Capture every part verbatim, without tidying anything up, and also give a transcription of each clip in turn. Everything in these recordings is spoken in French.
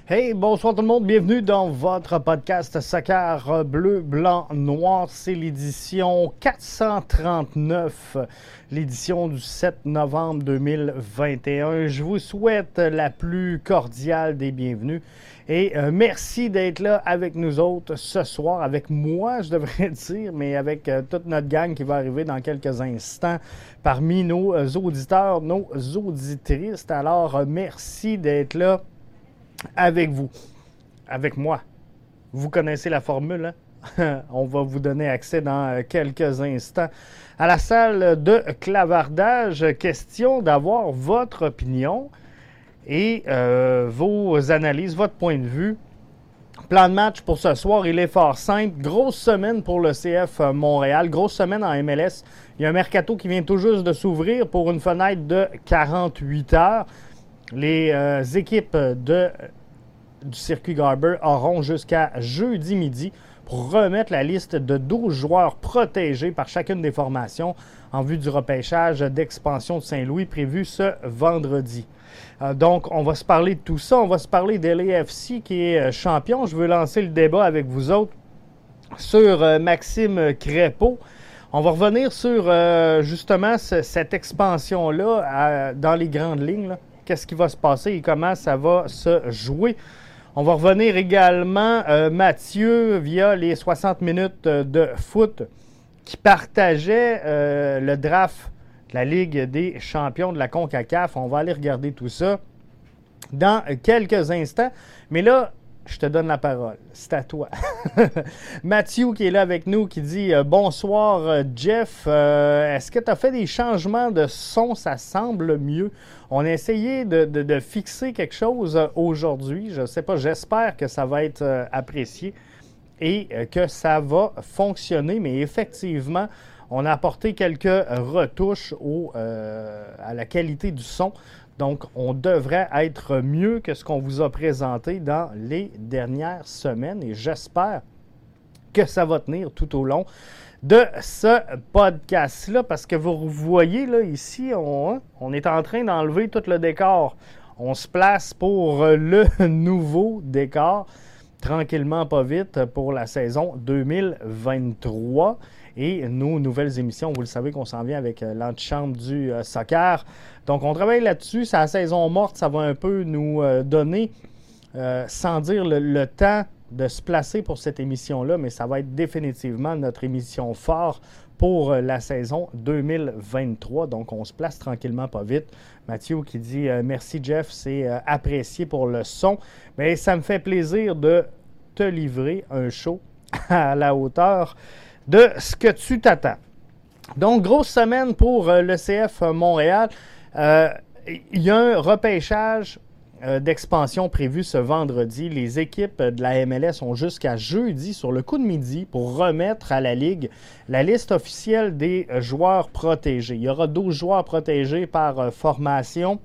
Hey, bonsoir tout le monde, bienvenue dans votre podcast Soccer Bleu, Blanc, Noir. C'est l'édition quatre cent trente-neuf, l'édition du sept novembre deux mille vingt et un. Je vous souhaite la plus cordiale des bienvenues et euh, merci d'être là avec nous autres ce soir, avec moi je devrais dire, mais avec euh, toute notre gang qui va arriver dans quelques instants parmi nos euh, auditeurs, nos auditrices. Alors, euh, merci d'être là avec vous, avec moi. Vous connaissez la formule, hein? On va vous donner accès dans quelques instants à la salle de clavardage. Question d'avoir votre opinion et euh, vos analyses, votre point de vue. Plan de match pour ce soir, il est fort simple. Grosse semaine pour le C F Montréal, grosse semaine en M L S. Il y a un mercato qui vient tout juste de s'ouvrir pour une fenêtre de quarante-huit heures. Les euh, équipes de, du circuit Garber auront jusqu'à jeudi midi pour remettre la liste de douze joueurs protégés par chacune des formations en vue du repêchage d'expansion de Saint-Louis prévu ce vendredi. Euh, donc, on va se parler de tout ça. On va se parler de l'A F C qui est champion. Je veux lancer le débat avec vous autres sur euh, Maxime Crépeau. On va revenir sur euh, justement ce, cette expansion-là à, dans les grandes lignes, là. Qu'est-ce qui va se passer et comment ça va se jouer. On va revenir également, euh, Mathieu, via les soixante minutes de foot, qui partageait euh, le draft de la Ligue des champions de la CONCACAF. On va aller regarder tout ça dans quelques instants. Mais là, je te donne la parole. C'est à toi. Mathieu qui est là avec nous, qui dit euh, « Bonsoir, euh, Jeff. Euh, est-ce que tu as fait des changements de son? Ça semble mieux. » On a essayé de, de, de fixer quelque chose euh, aujourd'hui. Je ne sais pas, j'espère que ça va être euh, apprécié et euh, que ça va fonctionner. Mais effectivement, on a apporté quelques retouches au, euh, à la qualité du son. Donc, on devrait être mieux que ce qu'on vous a présenté dans les dernières semaines et j'espère que ça va tenir tout au long de ce podcast-là parce que vous voyez, là, ici, on, on est en train d'enlever tout le décor. On se place pour le nouveau décor, tranquillement, pas vite, pour la saison deux mille vingt-trois. Et nos nouvelles émissions, vous le savez qu'on s'en vient avec euh, l'antichambre du euh, soccer. Donc, on travaille là-dessus. C'est la saison morte. Ça va un peu nous euh, donner, euh, sans dire le, le temps de se placer pour cette émission-là, mais ça va être définitivement notre émission phare pour euh, la saison deux mille vingt-trois. Donc, on se place tranquillement, pas vite. Mathieu qui dit euh, « Merci, Jeff. C'est euh, apprécié pour le son. » Mais ça me fait plaisir de te livrer un show à la hauteur de ce que tu t'attends. Donc, grosse semaine pour euh, le C F Montréal. Il euh, y a un repêchage euh, d'expansion prévu ce vendredi. Les équipes de la M L S ont jusqu'à jeudi, sur le coup de midi, pour remettre à la Ligue la liste officielle des euh, joueurs protégés. Il y aura douze joueurs protégés par euh, formation.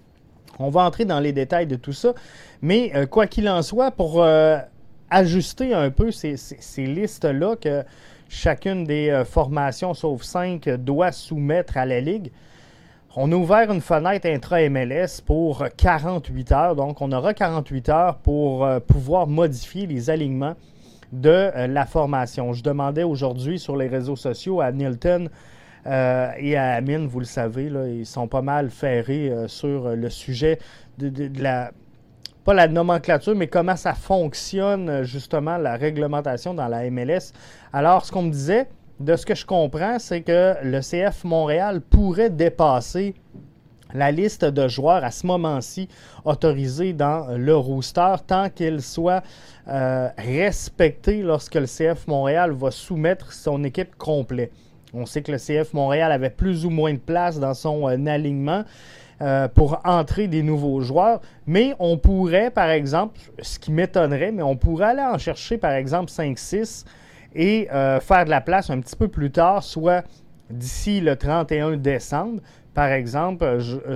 On va entrer dans les détails de tout ça. Mais euh, quoi qu'il en soit, pour euh, ajuster un peu ces, ces, ces listes-là que chacune des euh, formations, sauf cinq, doit soumettre à la Ligue. On a ouvert une fenêtre intra-M L S pour quarante-huit heures. Donc, on aura quarante-huit heures pour euh, pouvoir modifier les alignements de euh, la formation. Je demandais aujourd'hui sur les réseaux sociaux à Nilton euh, et à Amine, vous le savez, là, ils sont pas mal ferrés euh, sur le sujet de, de, de la... pas la nomenclature, mais comment ça fonctionne, justement, la réglementation dans la M L S. Alors, ce qu'on me disait, de ce que je comprends, c'est que le C F Montréal pourrait dépasser la liste de joueurs à ce moment-ci autorisés dans le roster, tant qu'il soit euh, respecté lorsque le C F Montréal va soumettre son équipe complète. On sait que le C F Montréal avait plus ou moins de place dans son euh, alignement Euh, pour entrer des nouveaux joueurs, mais on pourrait, par exemple, ce qui m'étonnerait, mais on pourrait aller en chercher, par exemple, cinq six et euh, faire de la place un petit peu plus tard, soit d'ici le trente et un décembre, par exemple, je, euh,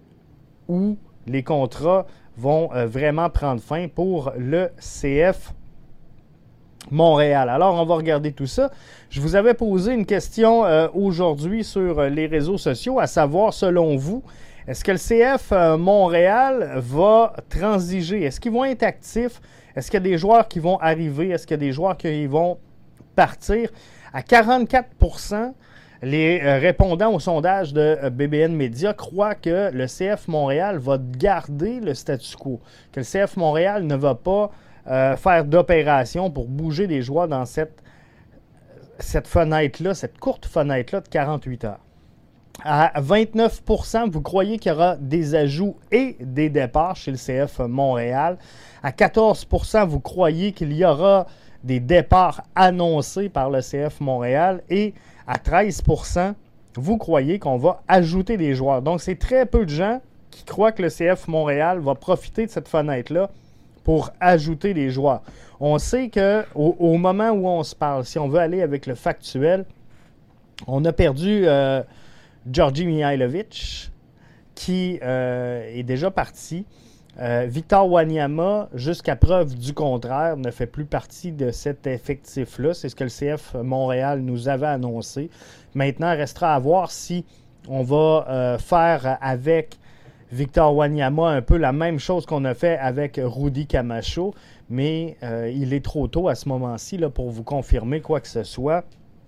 où les contrats vont euh, vraiment prendre fin pour le C F Montréal. Alors, on va regarder tout ça. Je vous avais posé une question euh, aujourd'hui sur les réseaux sociaux, à savoir, selon vous, Est-ce que le C F euh, Montréal va transiger? Est-ce qu'ils vont être actifs? Est-ce qu'il y a des joueurs qui vont arriver? Est-ce qu'il y a des joueurs qui vont partir? À quarante-quatre pour cent, les euh, répondants au sondage de euh, B B N Media croient que le C F Montréal va garder le statu quo, que le C F Montréal ne va pas euh, faire d'opération pour bouger des joueurs dans cette, cette fenêtre-là, cette courte fenêtre-là de quarante-huit heures. À vingt-neuf pour cent, vous croyez qu'il y aura des ajouts et des départs chez le C F Montréal. À quatorze pour cent, vous croyez qu'il y aura des départs annoncés par le C F Montréal. Et à treize pour cent, vous croyez qu'on va ajouter des joueurs. Donc, c'est très peu de gens qui croient que le C F Montréal va profiter de cette fenêtre-là pour ajouter des joueurs. On sait qu'au au moment où on se parle, si on veut aller avec le factuel, on a perdu euh, Georgi Mihailovic, qui euh, est déjà parti. Euh, Victor Wanyama, jusqu'à preuve du contraire, ne fait plus partie de cet effectif-là. C'est ce que le C F Montréal nous avait annoncé. Maintenant, il restera à voir si on va euh, faire avec Victor Wanyama un peu la même chose qu'on a fait avec Rudy Camacho. Mais euh, il est trop tôt à ce moment-ci là, pour vous confirmer quoi que ce soit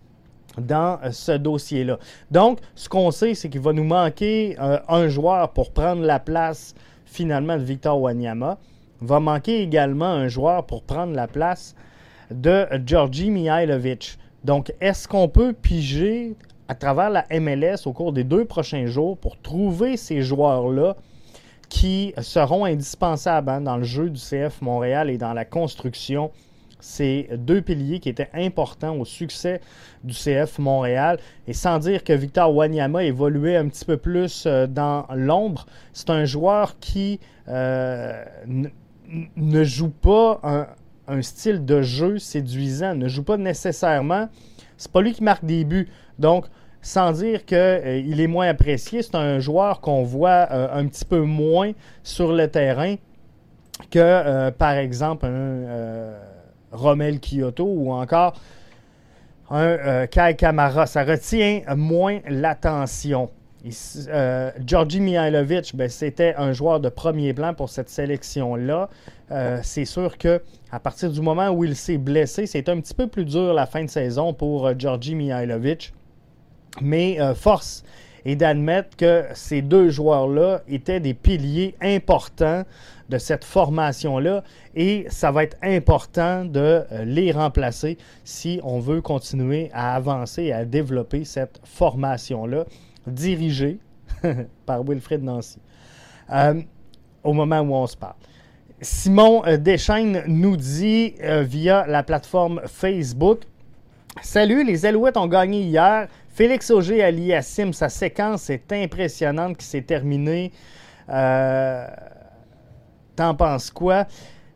dans ce dossier-là. Donc, ce qu'on sait, c'est qu'il va nous manquer euh, un joueur pour prendre la place finalement de Victor Wanyama. Il va manquer également un joueur pour prendre la place de Georgi Mihailovic. Donc, est-ce qu'on peut piger à travers la M L S au cours des deux prochains jours pour trouver ces joueurs-là qui seront indispensables hein, dans le jeu du C F Montréal et dans la construction? C'est deux piliers qui étaient importants au succès du C F Montréal. Et sans dire que Victor Wanyama évoluait un petit peu plus euh, dans l'ombre, c'est un joueur qui euh, n- ne joue pas un, un style de jeu séduisant, ne joue pas nécessairement. C'est pas lui qui marque des buts. Donc, sans dire qu'il euh, est moins apprécié, c'est un joueur qu'on voit euh, un petit peu moins sur le terrain que, euh, par exemple, un... Euh, Romel Kyoto ou encore un euh, Kai Kamara. Ça retient moins l'attention. Euh, Georgi Mihailovic, ben, c'était un joueur de premier plan pour cette sélection-là. Euh, c'est sûr qu'à partir du moment où il s'est blessé, c'est un petit peu plus dur la fin de saison pour euh, Georgi Mihailovic. Mais euh, force est d'admettre que ces deux joueurs-là étaient des piliers importants de cette formation-là et ça va être important de les remplacer si on veut continuer à avancer et à développer cette formation-là dirigée par Wilfrid Nancy euh, au moment où on se parle. Simon Deschaines nous dit euh, via la plateforme Facebook: salut, les Alouettes ont gagné hier. Félix Auger-Aliassime, sa séquence est impressionnante qui s'est terminée. Euh, T'en penses quoi? Tu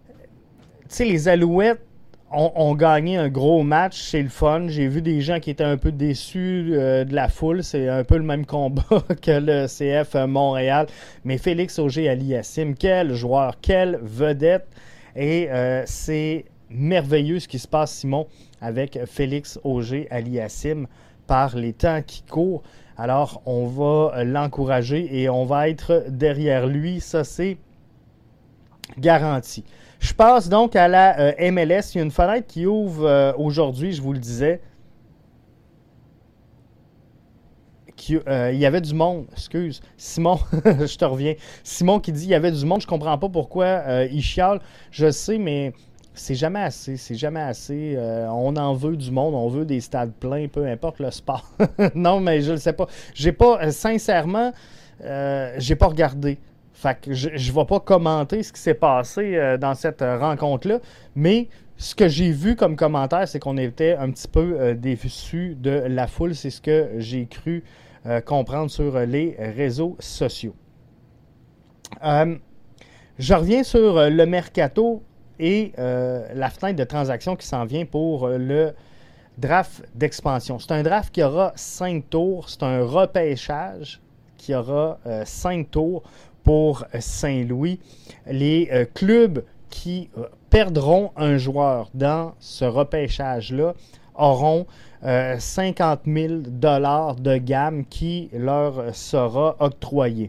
sais, les Alouettes ont, ont gagné un gros match, c'est le fun. J'ai vu des gens qui étaient un peu déçus euh, de la foule. C'est un peu le même combat que le C F Montréal. Mais Félix Auger-Aliassime, quel joueur, quelle vedette. Et euh, c'est merveilleux ce qui se passe, Simon, avec Félix Auger-Aliassime par les temps qui courent. Alors, on va l'encourager et on va être derrière lui. Ça, c'est garanti. Je passe donc à la euh, M L S. Il y a une fenêtre qui ouvre euh, aujourd'hui, je vous le disais. Qui, euh, il y avait du monde. Excuse. Simon, je te reviens. Simon qui dit il y avait du monde. Je ne comprends pas pourquoi euh, il chiale. Je sais, mais c'est jamais assez. C'est jamais assez. Euh, on en veut du monde. On veut des stades pleins, peu importe le sport. Non, mais je ne le sais pas. J'ai pas, euh, sincèrement, euh, j'ai pas regardé. Fait que je ne vais pas commenter ce qui s'est passé euh, dans cette euh, rencontre-là, mais ce que j'ai vu comme commentaire, c'est qu'on était un petit peu euh, déçus de la foule. C'est ce que j'ai cru euh, comprendre sur euh, les réseaux sociaux. Euh, je reviens sur euh, le mercato et euh, la fenêtre de transaction qui s'en vient pour euh, le draft d'expansion. C'est un draft qui aura cinq tours. C'est un repêchage qui aura euh, cinq tours pour Saint-Louis. Les euh, clubs qui euh, perdront un joueur dans ce repêchage-là auront euh, cinquante mille dollars de gamme qui leur sera octroyé.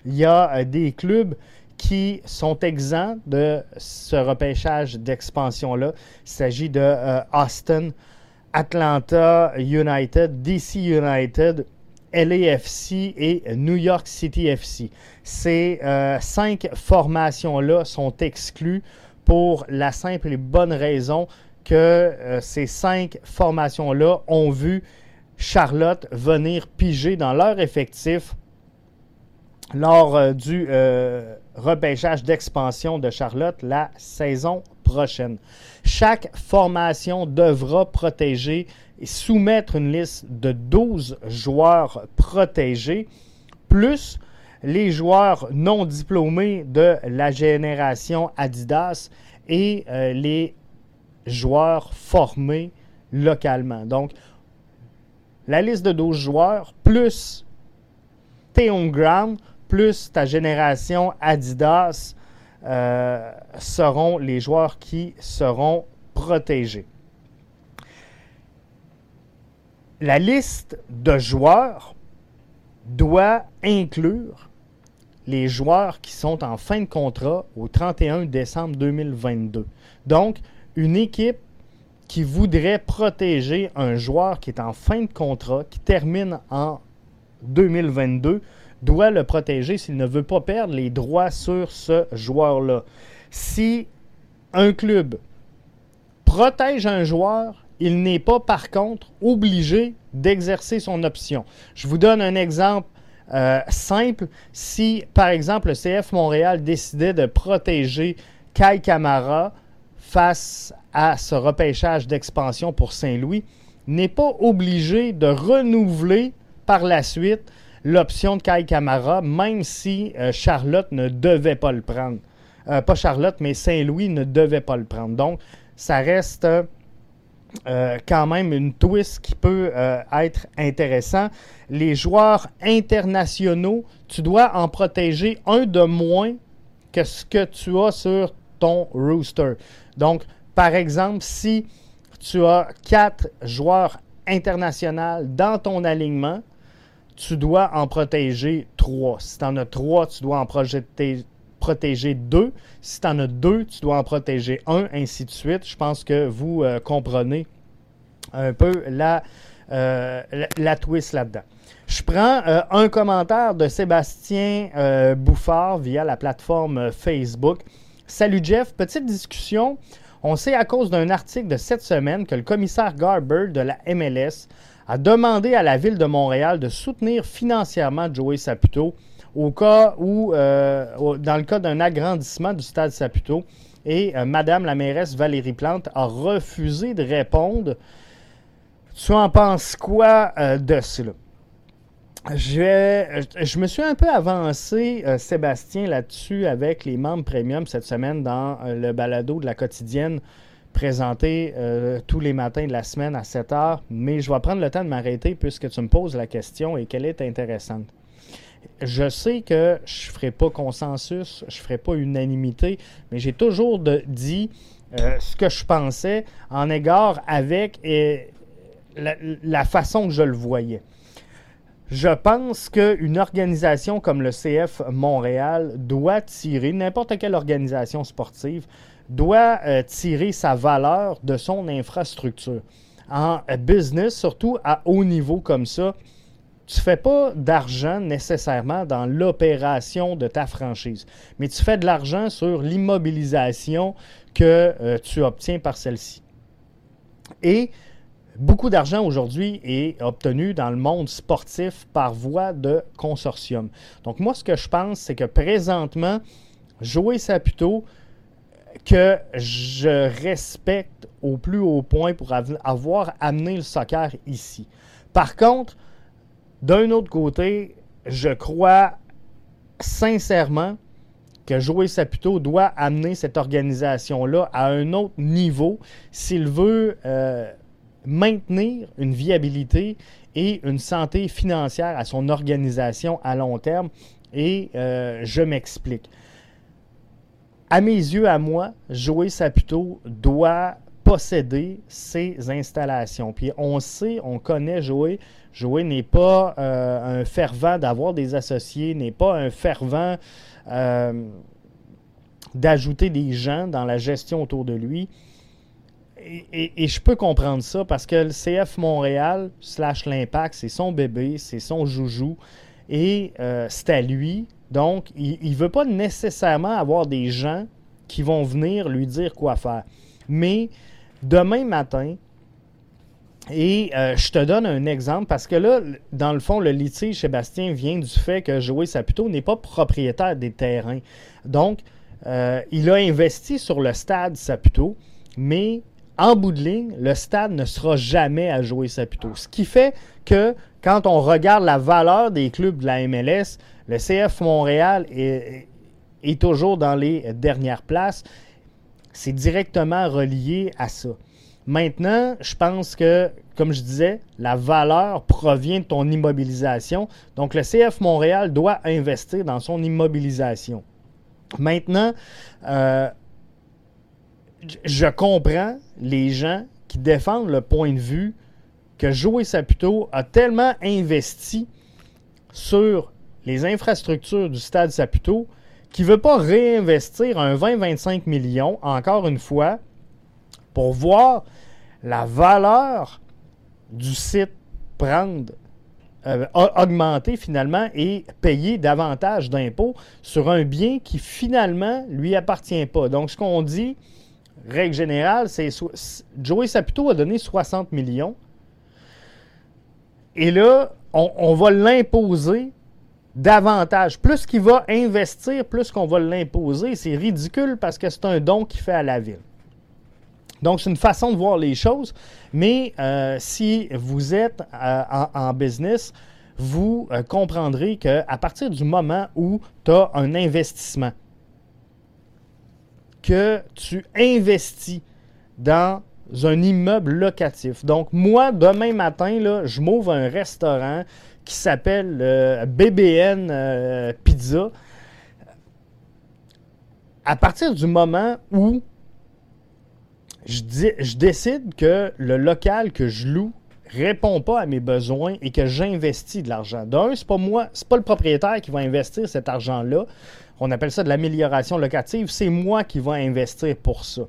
il y a euh, des clubs qui sont exempts de ce repêchage d'expansion-là. Il s'agit de euh, Austin, Atlanta United, D C United, L A F C et New York City F C. Ces euh, cinq formations-là sont exclues pour la simple et bonne raison que euh, ces cinq formations-là ont vu Charlotte venir piger dans leur effectif lors euh, du euh, repêchage d'expansion de Charlotte la saison prochaine. Chaque formation devra protéger et soumettre une liste de douze joueurs protégés, plus les joueurs non diplômés de la génération Adidas et euh, les joueurs formés localement. Donc, la liste de douze joueurs, plus tes home ground, plus ta génération Adidas, euh, seront les joueurs qui seront protégés. La liste de joueurs doit inclure les joueurs qui sont en fin de contrat au trente et un décembre deux mille vingt-deux. Donc, une équipe qui voudrait protéger un joueur qui est en fin de contrat, qui termine en deux mille vingt-deux, doit le protéger s'il ne veut pas perdre les droits sur ce joueur-là. Si un club protège un joueur, il n'est pas par contre obligé d'exercer son option. Je vous donne un exemple euh, simple. Si par exemple le C F Montréal décidait de protéger Kei Kamara face à ce repêchage d'expansion pour Saint-Louis, n'est pas obligé de renouveler par la suite l'option de Kei Kamara, même si euh, Charlotte ne devait pas le prendre. Euh, pas Charlotte, mais Saint-Louis ne devait pas le prendre. Donc, ça reste euh, quand même une twist qui peut euh, être intéressant. Les joueurs internationaux, tu dois en protéger un de moins que ce que tu as sur ton roster. Donc, par exemple, si tu as quatre joueurs internationaux dans ton alignement, tu dois en protéger trois. Si tu en as trois, tu dois en projeter, protéger deux. Si tu en as deux, tu dois en protéger un, ainsi de suite. Je pense que vous euh, comprenez un peu la, euh, la, la twist là-dedans. Je prends euh, un commentaire de Sébastien euh, Bouffard via la plateforme Facebook. Salut Jeff, petite discussion. On sait à cause d'un article de cette semaine que le commissaire Garber de la M L S a demandé à la Ville de Montréal de soutenir financièrement Joey Saputo au cas où, euh, dans le cas d'un agrandissement du stade Saputo. Et euh, Madame la mairesse Valérie Plante a refusé de répondre. Tu en penses quoi euh, de cela? Je, je me suis un peu avancé, euh, Sébastien, là-dessus avec les membres premium cette semaine dans euh, le balado de la quotidienne présenté euh, tous les matins de la semaine à sept heures, mais je vais prendre le temps de m'arrêter puisque tu me poses la question et qu'elle est intéressante. Je sais que je ne ferai pas consensus, je ne ferai pas unanimité, mais j'ai toujours de, dit euh, ce que je pensais en égard avec euh, la, la façon que je le voyais. Je pense qu'une organisation comme le C F Montréal doit tirer, n'importe quelle organisation sportive, doit euh, tirer sa valeur de son infrastructure. En business, surtout à haut niveau comme ça, tu ne fais pas d'argent nécessairement dans l'opération de ta franchise, mais tu fais de l'argent sur l'immobilisation que euh, tu obtiens par celle-ci. Et beaucoup d'argent aujourd'hui est obtenu dans le monde sportif par voie de consortium. Donc moi, ce que je pense, c'est que présentement, Joey Saputo, que je respecte au plus haut point pour avoir amené le soccer ici. Par contre, d'un autre côté, je crois sincèrement que Joey Saputo doit amener cette organisation-là à un autre niveau s'il veut euh, maintenir une viabilité et une santé financière à son organisation à long terme. Et euh, je m'explique. À mes yeux, à moi, Joey Saputo doit posséder ces installations. Puis on sait, on connaît Joey. Joey n'est pas euh, un fervent d'avoir des associés, n'est pas un fervent euh, d'ajouter des gens dans la gestion autour de lui. Et, et, et je peux comprendre ça parce que le C F Montréal slash l'Impact, c'est son bébé, c'est son joujou et euh, c'est à lui. Donc, il ne veut pas nécessairement avoir des gens qui vont venir lui dire quoi faire. Mais demain matin, et euh, je te donne un exemple parce que là, dans le fond, le litige Sébastien vient du fait que Joey Saputo n'est pas propriétaire des terrains. Donc, euh, il a investi sur le stade Saputo, mais en bout de ligne, le stade ne sera jamais à Joey Saputo. Ce qui fait que quand on regarde la valeur des clubs de la M L S, le C F Montréal est, est toujours dans les dernières places. C'est directement relié à ça. Maintenant, je pense que, comme je disais, la valeur provient de ton immobilisation. Donc, le C F Montréal doit investir dans son immobilisation. Maintenant, euh, je comprends les gens qui défendent le point de vue que Joey Saputo a tellement investi sur les infrastructures du stade Saputo qu'il ne veut pas réinvestir un vingt à vingt-cinq millions, encore une fois, pour voir la valeur du site prendre, euh, augmenter finalement et payer davantage d'impôts sur un bien qui finalement ne lui appartient pas. Donc, ce qu'on dit, règle générale, c'est so- Joey Saputo a donné soixante millions et là, on, on va l'imposer davantage. Plus qu'il va investir, plus qu'on va l'imposer. C'est ridicule parce que c'est un don qu'il fait à la ville. Donc, c'est une façon de voir les choses, mais euh, si vous êtes euh, en, en business, vous euh, comprendrez qu'à partir du moment où tu as un investissement, que tu investis dans un immeuble locatif. Donc, moi, demain matin, là, je m'ouvre un restaurant qui s'appelle euh, B B N euh, Pizza. À partir du moment où je, dis, je décide que le local que je loue ne répond pas à mes besoins et que j'investis de l'argent. D'un, c'est pas moi, c'est pas le propriétaire qui va investir cet argent-là. On appelle ça de l'amélioration locative. C'est moi qui vais investir pour ça.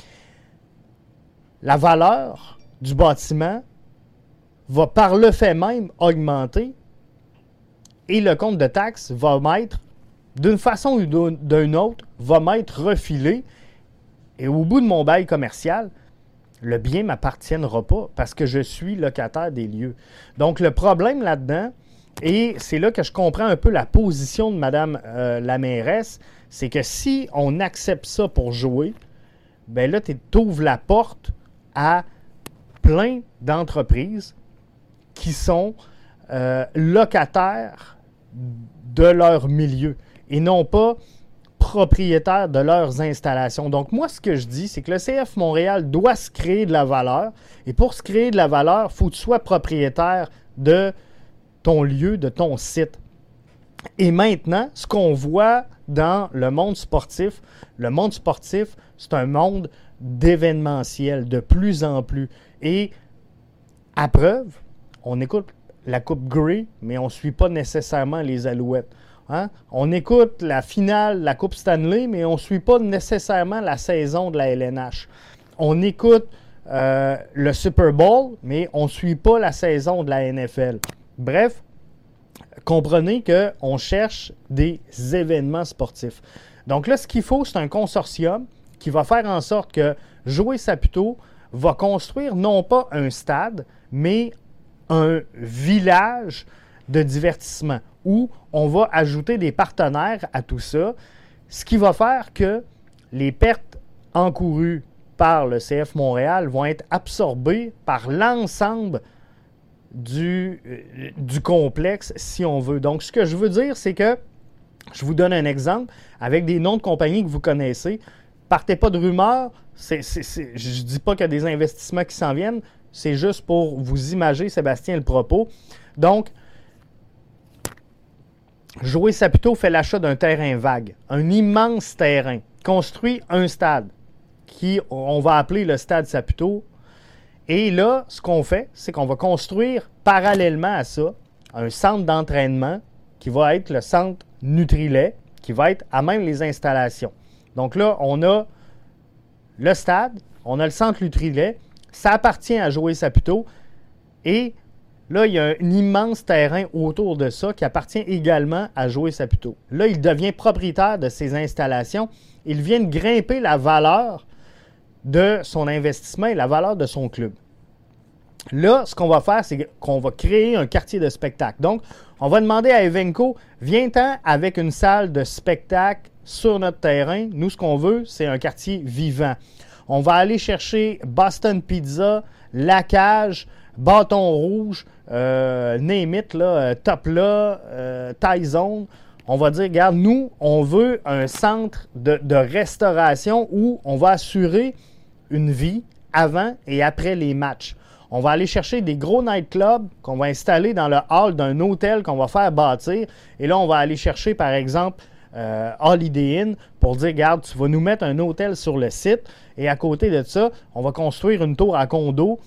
La valeur du bâtiment va par le fait même augmenter et le compte de taxes va m'être, d'une façon ou d'une autre, va m'être refilé et au bout de mon bail commercial, le bien ne m'appartiendra pas parce que je suis locataire des lieux. Donc, le problème là-dedans, et c'est là que je comprends un peu la position de Mme euh, la mairesse, c'est que si on accepte ça pour jouer, bien là, tu ouvres la porte à plein d'entreprises qui sont euh, locataires de leur milieu et non pas propriétaires de leurs installations. Donc, moi, ce que je dis, c'est que le C F Montréal doit se créer de la valeur et pour se créer de la valeur, il faut que tu sois propriétaire de ton lieu, de ton site. Et maintenant, ce qu'on voit dans le monde sportif, le monde sportif, c'est un monde d'événementiel de plus en plus. Et à preuve, on écoute la Coupe Grey, mais on ne suit pas nécessairement les Alouettes. Hein? On écoute la finale de la Coupe Stanley, mais on ne suit pas nécessairement la saison de la L N H. On écoute euh, le Super Bowl, mais on ne suit pas la saison de la N F L. Bref, comprenez qu'on cherche des événements sportifs. Donc là, ce qu'il faut, c'est un consortium qui va faire en sorte que Joey Saputo va construire non pas un stade, mais un village de divertissement où on va ajouter des partenaires à tout ça, ce qui va faire que les pertes encourues par le C F Montréal vont être absorbées par l'ensemble du, euh, du complexe, si on veut. Donc, ce que je veux dire, c'est que, je vous donne un exemple, avec des noms de compagnies que vous connaissez, partez pas de rumeurs, c'est, c'est, c'est, je ne dis pas qu'il y a des investissements qui s'en viennent, c'est juste pour vous imager, Sébastien, le propos. Donc, Joey Saputo fait l'achat d'un terrain vague, un immense terrain, construit un stade qu'on va appeler le Stade Saputo. Et là, ce qu'on fait, c'est qu'on va construire parallèlement à ça un centre d'entraînement qui va être le centre Nutrilait, qui va être à même les installations. Donc là, on a le stade, on a le centre Nutrilait, ça appartient à Joey Saputo et là, il y a un immense terrain autour de ça qui appartient également à Joey Saputo. Là, il devient propriétaire de ces installations. Il vient de grimper la valeur de son investissement et la valeur de son club. Là, ce qu'on va faire, c'est qu'on va créer un quartier de spectacle. Donc, on va demander à Evenco, viens-t'en avec une salle de spectacle sur notre terrain. Nous, ce qu'on veut, c'est un quartier vivant. On va aller chercher Boston Pizza, La Cage, Bâton Rouge, euh, Name It, là, Top là, euh, Thai Zone. On va dire, regarde, nous, on veut un centre de, de restauration où on va assurer une vie avant et après les matchs. On va aller chercher des gros nightclubs qu'on va installer dans le hall d'un hôtel qu'on va faire bâtir. Et là, on va aller chercher, par exemple, euh, Holiday Inn pour dire, regarde, tu vas nous mettre un hôtel sur le site. Et à côté de ça, on va construire une tour à condo.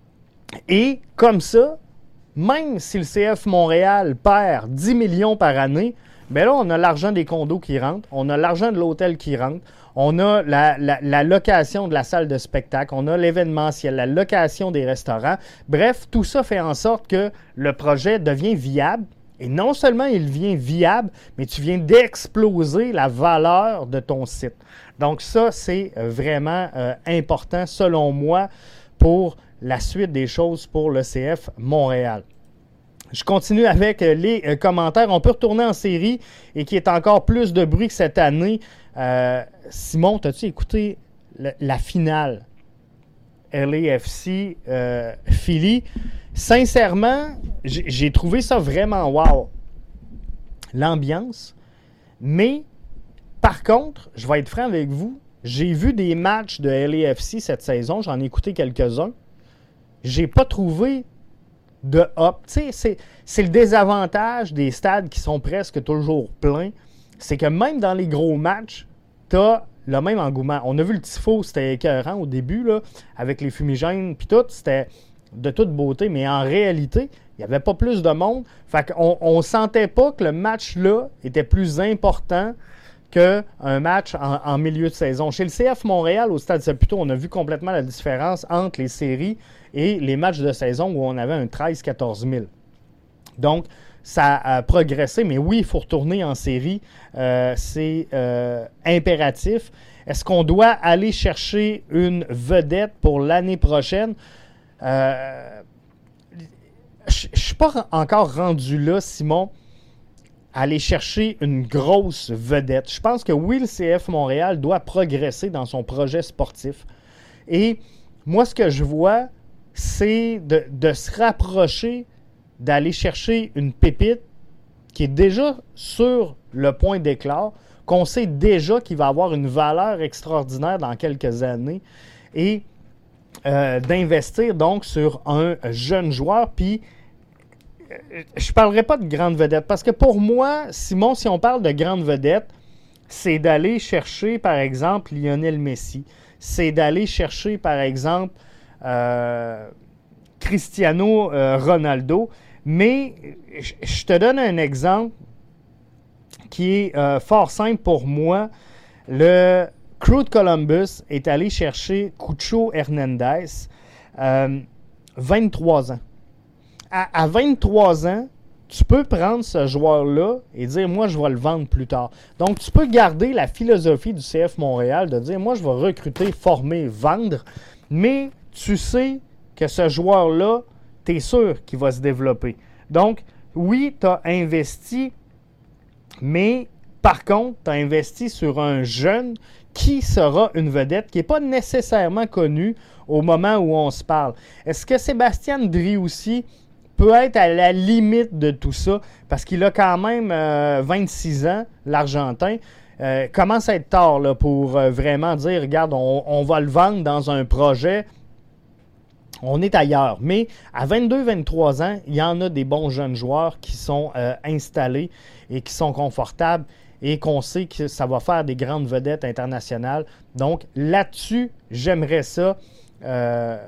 Et comme ça, même si le C F Montréal perd dix millions par année, bien là, on a l'argent des condos qui rentre, on a l'argent de l'hôtel qui rentre, on a la, la, la location de la salle de spectacle, on a l'événementiel, la location des restaurants. Bref, tout ça fait en sorte que le projet devient viable. Et non seulement il devient viable, mais tu viens d'exploser la valeur de ton site. Donc ça, c'est vraiment euh, important, selon moi, pour la suite des choses pour le C F Montréal. Je continue avec les euh, commentaires. On peut retourner en série et qui est encore plus de bruit que cette année. Euh, Simon, as-tu écouté le, la finale L A F C euh, Philly? Sincèrement, j'ai trouvé ça vraiment wow. L'ambiance. Mais, par contre, je vais être franc avec vous, j'ai vu des matchs de L A F C cette saison. J'en ai écouté quelques-uns. J'ai pas trouvé de hop. Tu sais, c'est, c'est le désavantage des stades qui sont presque toujours pleins. C'est que même dans les gros matchs, tu as le même engouement. On a vu le tifo, c'était écœurant au début, là, avec les fumigènes, puis tout, c'était de toute beauté. Mais en réalité, il n'y avait pas plus de monde. Fait qu'on ne sentait pas que le match-là était plus important qu'un match en, en milieu de saison. Chez le C F Montréal, au Stade Saputo, on a vu complètement la différence entre les séries et les matchs de saison où on avait un treize à quatorze mille. Donc, ça a progressé, mais oui, il faut retourner en série. Euh, c'est euh, impératif. Est-ce qu'on doit aller chercher une vedette pour l'année prochaine? Euh, je ne suis pas encore rendu là, Simon, à aller chercher une grosse vedette. Je pense que oui, le C F Montréal doit progresser dans son projet sportif. Et moi, ce que je vois, c'est de, de se rapprocher, d'aller chercher une pépite qui est déjà sur le point d'éclore, qu'on sait déjà qu'il va avoir une valeur extraordinaire dans quelques années, et euh, d'investir donc sur un jeune joueur. Puis, je ne parlerai pas de grande vedette, parce que pour moi, Simon, si on parle de grande vedette, c'est d'aller chercher, par exemple, Lionel Messi. C'est d'aller chercher, par exemple, euh, Cristiano euh, Ronaldo. Mais je te donne un exemple qui est euh, fort simple pour moi. Le Crew de Columbus est allé chercher Cucho Hernandez, euh, vingt-trois ans. À, à vingt-trois ans, tu peux prendre ce joueur-là et dire, moi, je vais le vendre plus tard. Donc, tu peux garder la philosophie du C F Montréal de dire, moi, je vais recruter, former, vendre, mais tu sais que ce joueur-là, tu es sûr qu'il va se développer. Donc, oui, tu as investi, mais par contre, tu as investi sur un jeune qui sera une vedette qui n'est pas nécessairement connue au moment où on se parle. Est-ce que Sébastien Driussi peut être à la limite de tout ça? Parce qu'il a quand même euh, vingt-six ans, l'Argentin. Euh, commence à être tard là, pour euh, vraiment dire, regarde, on, on va le vendre dans un projet. On est ailleurs. Mais à vingt-deux vingt-trois ans, il y en a des bons jeunes joueurs qui sont euh, installés et qui sont confortables. et qu'on sait que ça va faire des grandes vedettes internationales. Donc, là-dessus, j'aimerais ça euh,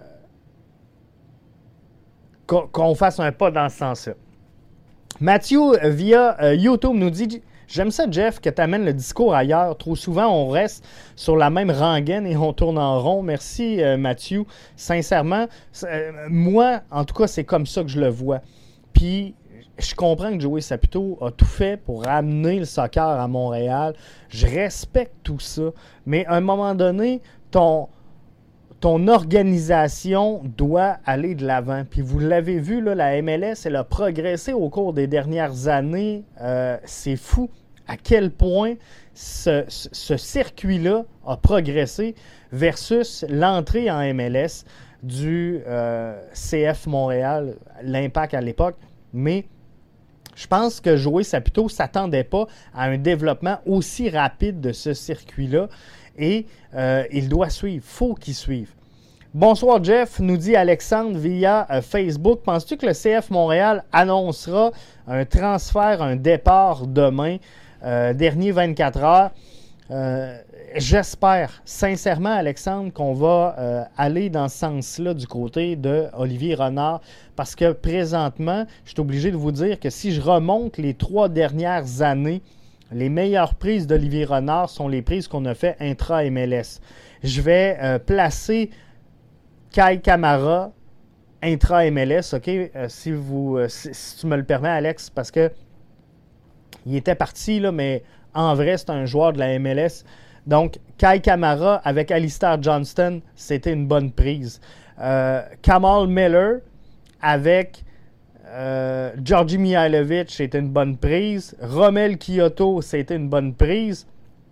qu'on, qu'on fasse un pas dans ce sens-là. Mathieu, via euh, YouTube, nous dit « J'aime ça, Jeff, que tu amènes le discours ailleurs. Trop souvent, on reste sur la même rengaine et on tourne en rond. » Merci, euh, Mathieu. Sincèrement, euh, moi, en tout cas, c'est comme ça que je le vois. Puis, je comprends que Joey Saputo a tout fait pour ramener le soccer à Montréal. Je respecte tout ça. Mais à un moment donné, ton, ton organisation doit aller de l'avant. Puis vous l'avez vu, là, la M L S, elle a progressé au cours des dernières années. Euh, c'est fou à quel point ce, ce, ce circuit-là a progressé versus l'entrée en M L S du euh, C F Montréal, l'Impact à l'époque. Mais je pense que Joey Saputo ne s'attendait pas à un développement aussi rapide de ce circuit-là et euh, il doit suivre. Il faut qu'il suive. Bonsoir Jeff, nous dit Alexandre via euh, Facebook. Penses-tu que le C F Montréal annoncera un transfert, un départ demain, euh, dernier vingt-quatre heures? Euh, J'espère sincèrement, Alexandre, qu'on va euh, aller dans ce sens-là du côté de Olivier Renard parce que présentement, je suis obligé de vous dire que si je remonte les trois dernières années, les meilleures prises d'Olivier Renard sont les prises qu'on a fait intra-M L S. Je vais euh, placer Kyle Kamara intra-M L S, OK? Euh, si, vous, euh, si, si tu me le permets, Alex, parce que il était parti, là, mais en vrai, c'est un joueur de la M L S. Donc, Kyle Kamara avec Alistair Johnston, c'était une bonne prise. Euh, Kamal Miller avec euh, Georgi Mihailovic, c'était une bonne prise. Romel Kyoto, c'était une bonne prise.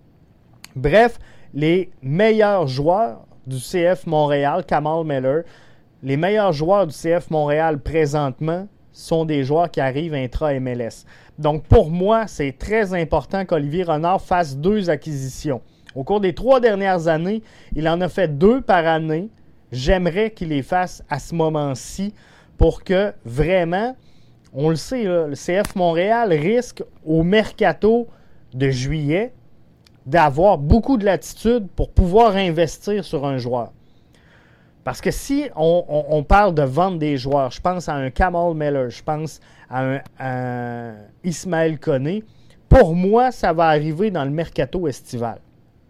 Bref, les meilleurs joueurs du C F Montréal, Kamal Miller, les meilleurs joueurs du C F Montréal présentement sont des joueurs qui arrivent intra-M L S. Donc, pour moi, c'est très important qu'Olivier Renard fasse deux acquisitions. Au cours des trois dernières années, il en a fait deux par année. J'aimerais qu'il les fasse à ce moment-ci pour que vraiment, on le sait, là, le C F Montréal risque au mercato de juillet d'avoir beaucoup de latitude pour pouvoir investir sur un joueur. Parce que si on, on, on parle de vendre des joueurs, je pense à un Kamal Miller, je pense à un, à un Ismaël Koné, pour moi, ça va arriver dans le mercato estival.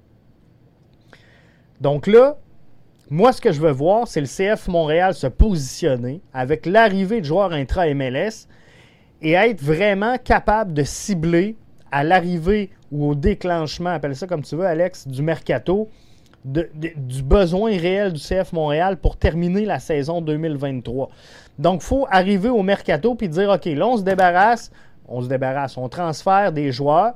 Donc là, moi, ce que je veux voir, c'est le C F Montréal se positionner avec l'arrivée de joueurs intra-M L S et être vraiment capable de cibler à l'arrivée ou au déclenchement, appelle ça comme tu veux, Alex, du mercato, de, de, du besoin réel du C F Montréal pour terminer la saison deux mille vingt-trois. Donc, il faut arriver au mercato puis dire, OK, là, on se débarrasse, on se débarrasse, on transfère des joueurs.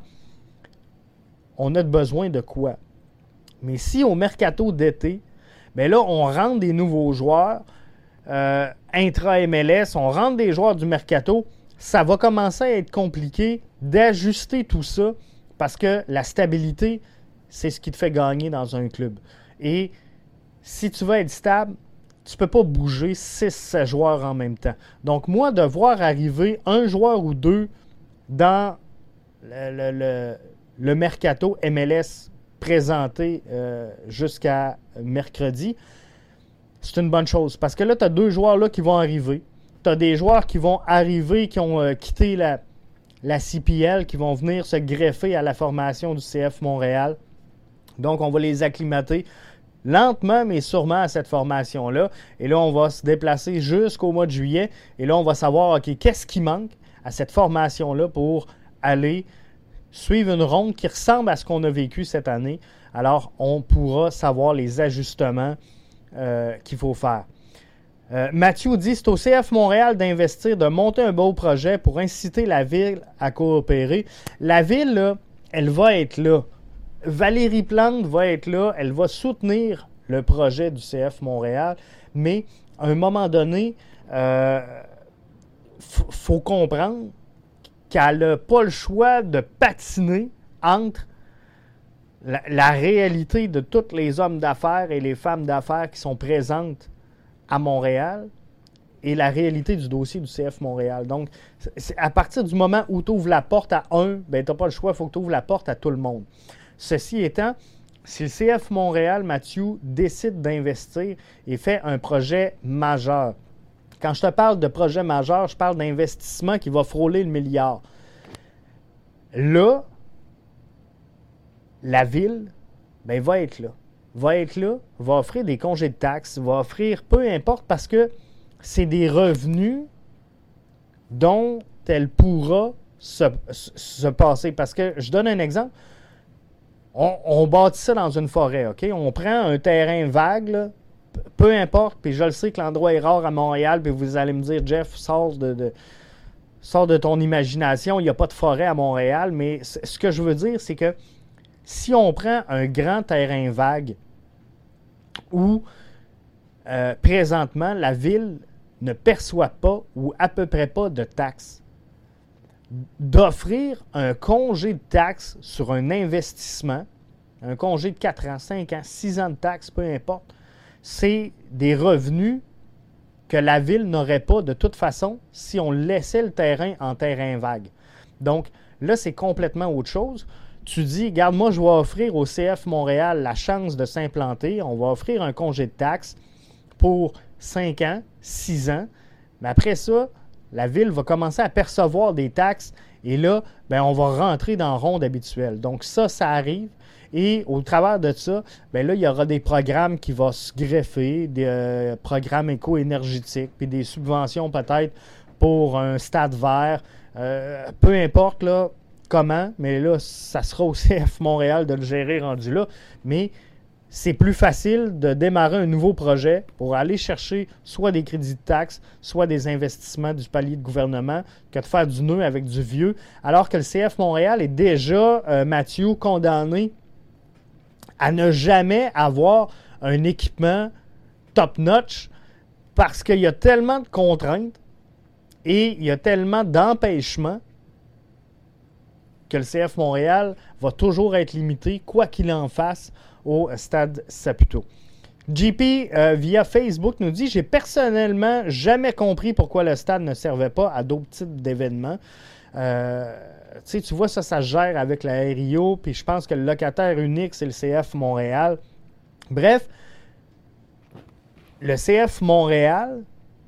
On a besoin de quoi? Mais si au mercato d'été, bien là, on rentre des nouveaux joueurs euh, intra-M L S, on rentre des joueurs du mercato, ça va commencer à être compliqué d'ajuster tout ça parce que la stabilité, c'est ce qui te fait gagner dans un club. Et si tu veux être stable, tu ne peux pas bouger six sept joueurs en même temps. Donc, moi, de voir arriver un joueur ou deux dans le, le, le, le mercato M L S présenté euh, jusqu'à mercredi, c'est une bonne chose. Parce que là, tu as deux joueurs là qui vont arriver. Tu as des joueurs qui vont arriver, qui ont euh, quitté la, la C P L, qui vont venir se greffer à la formation du C F Montréal. Donc, on va les acclimater lentement, mais sûrement à cette formation-là. Et là, on va se déplacer jusqu'au mois de juillet. Et là, on va savoir, OK, qu'est-ce qui manque à cette formation-là pour aller suivre une ronde qui ressemble à ce qu'on a vécu cette année. Alors, on pourra savoir les ajustements euh, qu'il faut faire. Euh, Mathieu dit, c'est au C F Montréal d'investir, de monter un beau projet pour inciter la ville à coopérer. La ville, là, elle va être là. Valérie Plante va être là. Elle va soutenir le projet du C F Montréal. Mais, à un moment donné, il euh, f- faut comprendre qu'elle n'a pas le choix de patiner entre la, la réalité de tous les hommes d'affaires et les femmes d'affaires qui sont présentes à Montréal est la réalité du dossier du C F Montréal. Donc, c'est à partir du moment où tu ouvres la porte à un, ben, tu n'as pas le choix, il faut que tu ouvres la porte à tout le monde. Ceci étant, si le C F Montréal, Mathieu, décide d'investir et fait un projet majeur, quand je te parle de projet majeur, je parle d'investissement qui va frôler le milliard. Là, la ville, ben, va être là. Va être là, va offrir des congés de taxes, va offrir peu importe parce que c'est des revenus dont elle pourra se, se passer. Parce que, je donne un exemple, on, on bâtit ça dans une forêt, OK? On prend un terrain vague, là, peu importe, puis je le sais que l'endroit est rare à Montréal, puis vous allez me dire, Jeff, sors de, de, sors de ton imagination, il n'y a pas de forêt à Montréal, mais ce que je veux dire, c'est que si on prend un grand terrain vague où euh, présentement la ville ne perçoit pas ou à peu près pas de taxes, d'offrir un congé de taxes sur un investissement, un congé de quatre ans, cinq ans, six ans de taxes, peu importe, c'est des revenus que la ville n'aurait pas de toute façon si on laissait le terrain en terrain vague. Donc là, c'est complètement autre chose. Tu dis, regarde, moi, je vais offrir au C F Montréal la chance de s'implanter. On va offrir un congé de taxes pour cinq ans, six ans. Mais après ça, la ville va commencer à percevoir des taxes et là, bien, on va rentrer dans le ronde habituel. Donc ça, ça arrive. Et au travers de ça, bien là, il y aura des programmes qui vont se greffer, des euh, programmes éco-énergétiques, puis des subventions peut-être pour un stade vert. Euh, peu importe là, comment, mais là, ça sera au C F Montréal de le gérer rendu là. Mais c'est plus facile de démarrer un nouveau projet pour aller chercher soit des crédits de taxes, soit des investissements du palier de gouvernement que de faire du nœud avec du vieux. Alors que le C F Montréal est déjà, euh, Mathieu, condamné à ne jamais avoir un équipement top-notch parce qu'il y a tellement de contraintes et il y a tellement d'empêchements que le C F Montréal va toujours être limité, quoi qu'il en fasse, au Stade Saputo. J P, euh, via Facebook, nous dit « J'ai personnellement jamais compris pourquoi le stade ne servait pas à d'autres types d'événements. Euh, » Tu sais, tu vois, ça, ça se gère avec la R I O, puis je pense que le locataire unique, c'est le C F Montréal. Bref, le C F Montréal,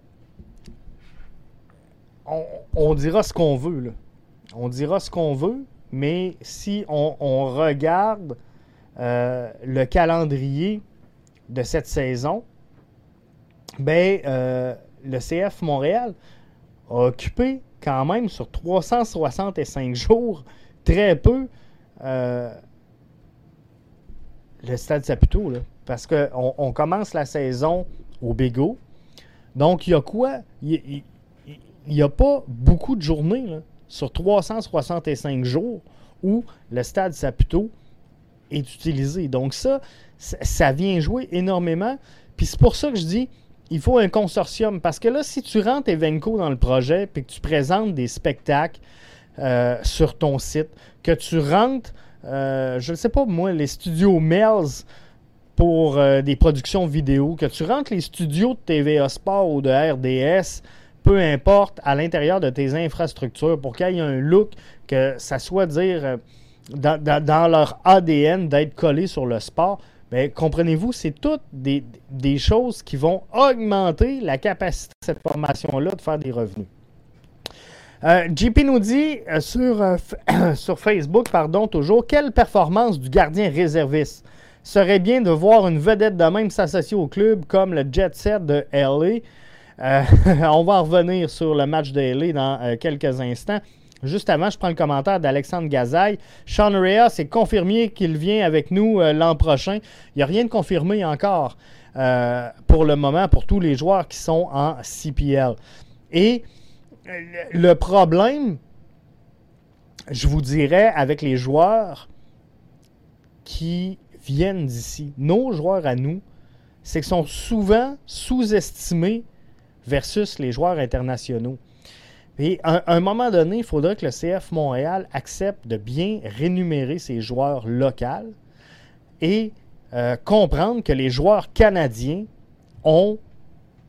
on, on dira ce qu'on veut, là. On dira ce qu'on veut, mais si on, on regarde euh, le calendrier de cette saison, ben, euh, le C F Montréal a occupé quand même sur trois cent soixante-cinq jours, très peu, euh, le Stade Saputo, là, parce qu'on on commence la saison au Bégo. Donc, il y a quoi? Il n'y a pas beaucoup de journées là, sur trois cent soixante-cinq jours où le Stade Saputo est utilisé. Donc ça, ça vient jouer énormément. Puis c'est pour ça que je dis, il faut un consortium. Parce que là, si tu rentres Evenco dans le projet puis que tu présentes des spectacles euh, sur ton site, que tu rentres, euh, je ne sais pas moi, les studios Melz pour euh, des productions vidéo, que tu rentres les studios de T V A Sport ou de R D S, peu importe, à l'intérieur de tes infrastructures pour qu'il y ait un look, que ça soit dire euh, dans, dans, dans leur A D N d'être collé sur le sport. Bien, comprenez-vous, c'est toutes des, des choses qui vont augmenter la capacité de cette formation-là de faire des revenus. Euh, J P nous dit euh, sur, euh, sur Facebook, pardon, toujours, quelle performance du gardien réserviste. Serait bien de voir une vedette de même s'associer au club comme le Jet Set de L A. Euh, on va en revenir sur le match de L A dans euh, quelques instants. Juste avant, je prends le commentaire d'Alexandre Gazaille. Sean Rea, c'est confirmé qu'il vient avec nous euh, l'an prochain. Il n'y a rien de confirmé encore euh, pour le moment pour tous les joueurs qui sont en C P L. Et euh, le problème, je vous dirais, avec les joueurs qui viennent d'ici, nos joueurs à nous, c'est qu'ils sont souvent sous-estimés versus les joueurs internationaux. Et à un moment donné, il faudra que le C F Montréal accepte de bien rémunérer ses joueurs locaux et euh, comprendre que les joueurs canadiens ont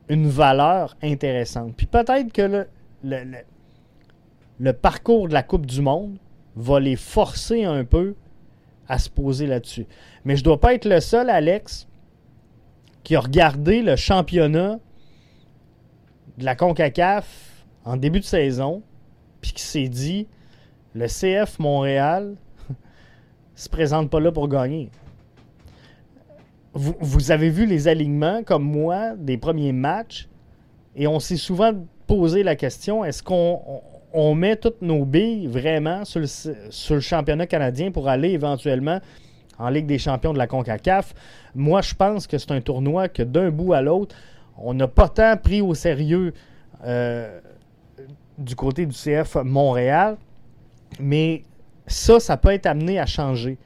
une valeur intéressante. Puis peut-être que le, le, le, le parcours de la Coupe du Monde va les forcer un peu à se poser là-dessus. Mais je ne dois pas être le seul, Alex, qui a regardé le championnat de la CONCACAF en début de saison, puis qui s'est dit, le C F Montréal se présente pas là pour gagner. Vous, vous avez vu les alignements, comme moi, des premiers matchs, et on s'est souvent posé la question, est-ce qu'on on, on met toutes nos billes vraiment sur le, sur le championnat canadien pour aller éventuellement en Ligue des champions de la CONCACAF? Moi, je pense que c'est un tournoi que d'un bout à l'autre, on n'a pas tant pris au sérieux euh, du côté du C F Montréal, mais ça, ça peut être amené à changer.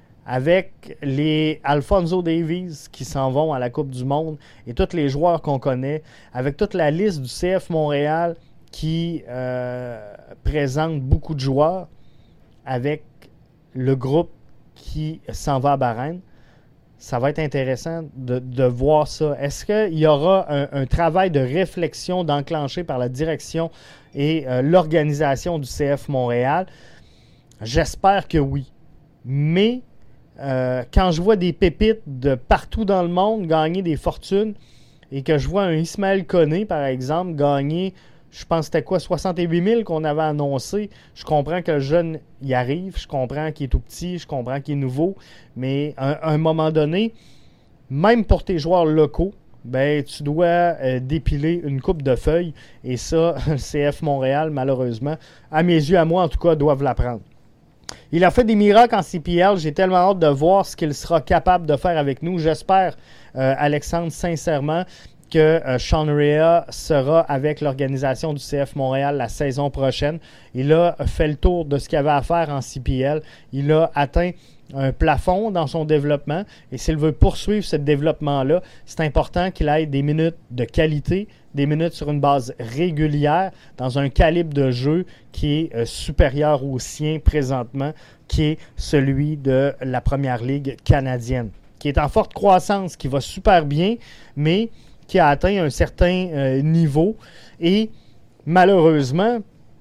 Avec les Alphonso Davies qui s'en vont à la Coupe du Monde et tous les joueurs qu'on connaît, avec toute la liste du C F Montréal qui euh, présente beaucoup de joueurs, avec le groupe qui s'en va à Bahreïn, ça va être intéressant de, de voir ça. Est-ce qu'il y aura un, un travail de réflexion d'enclenché par la direction et euh, l'organisation du C F Montréal? J'espère que oui. Mais euh, quand je vois des pépites de partout dans le monde gagner des fortunes et que je vois un Ismaël Koné, par exemple, gagner, je pense que c'était quoi, soixante-huit mille qu'on avait annoncé. Je comprends que le jeune y arrive, je comprends qu'il est tout petit, je comprends qu'il est nouveau, mais à, à un moment donné, même pour tes joueurs locaux, ben, tu dois euh, dépiler une coupe de feuilles. Et ça, le C F Montréal, malheureusement, à mes yeux, à moi en tout cas, doivent l'apprendre. Il a fait des miracles en C P L. J'ai tellement hâte de voir ce qu'il sera capable de faire avec nous. J'espère, euh, Alexandre, sincèrement, que euh, Sean Rea sera avec l'organisation du C F Montréal la saison prochaine. Il a fait le tour de ce qu'il avait à faire en C P L. Il a atteint un plafond dans son développement. Et s'il veut poursuivre ce développement-là, c'est important qu'il ait des minutes de qualité, des minutes sur une base régulière, dans un calibre de jeu qui est euh, supérieur au sien présentement, qui est celui de la Première Ligue canadienne, qui est en forte croissance, qui va super bien, mais qui a atteint un certain euh, niveau. Et malheureusement,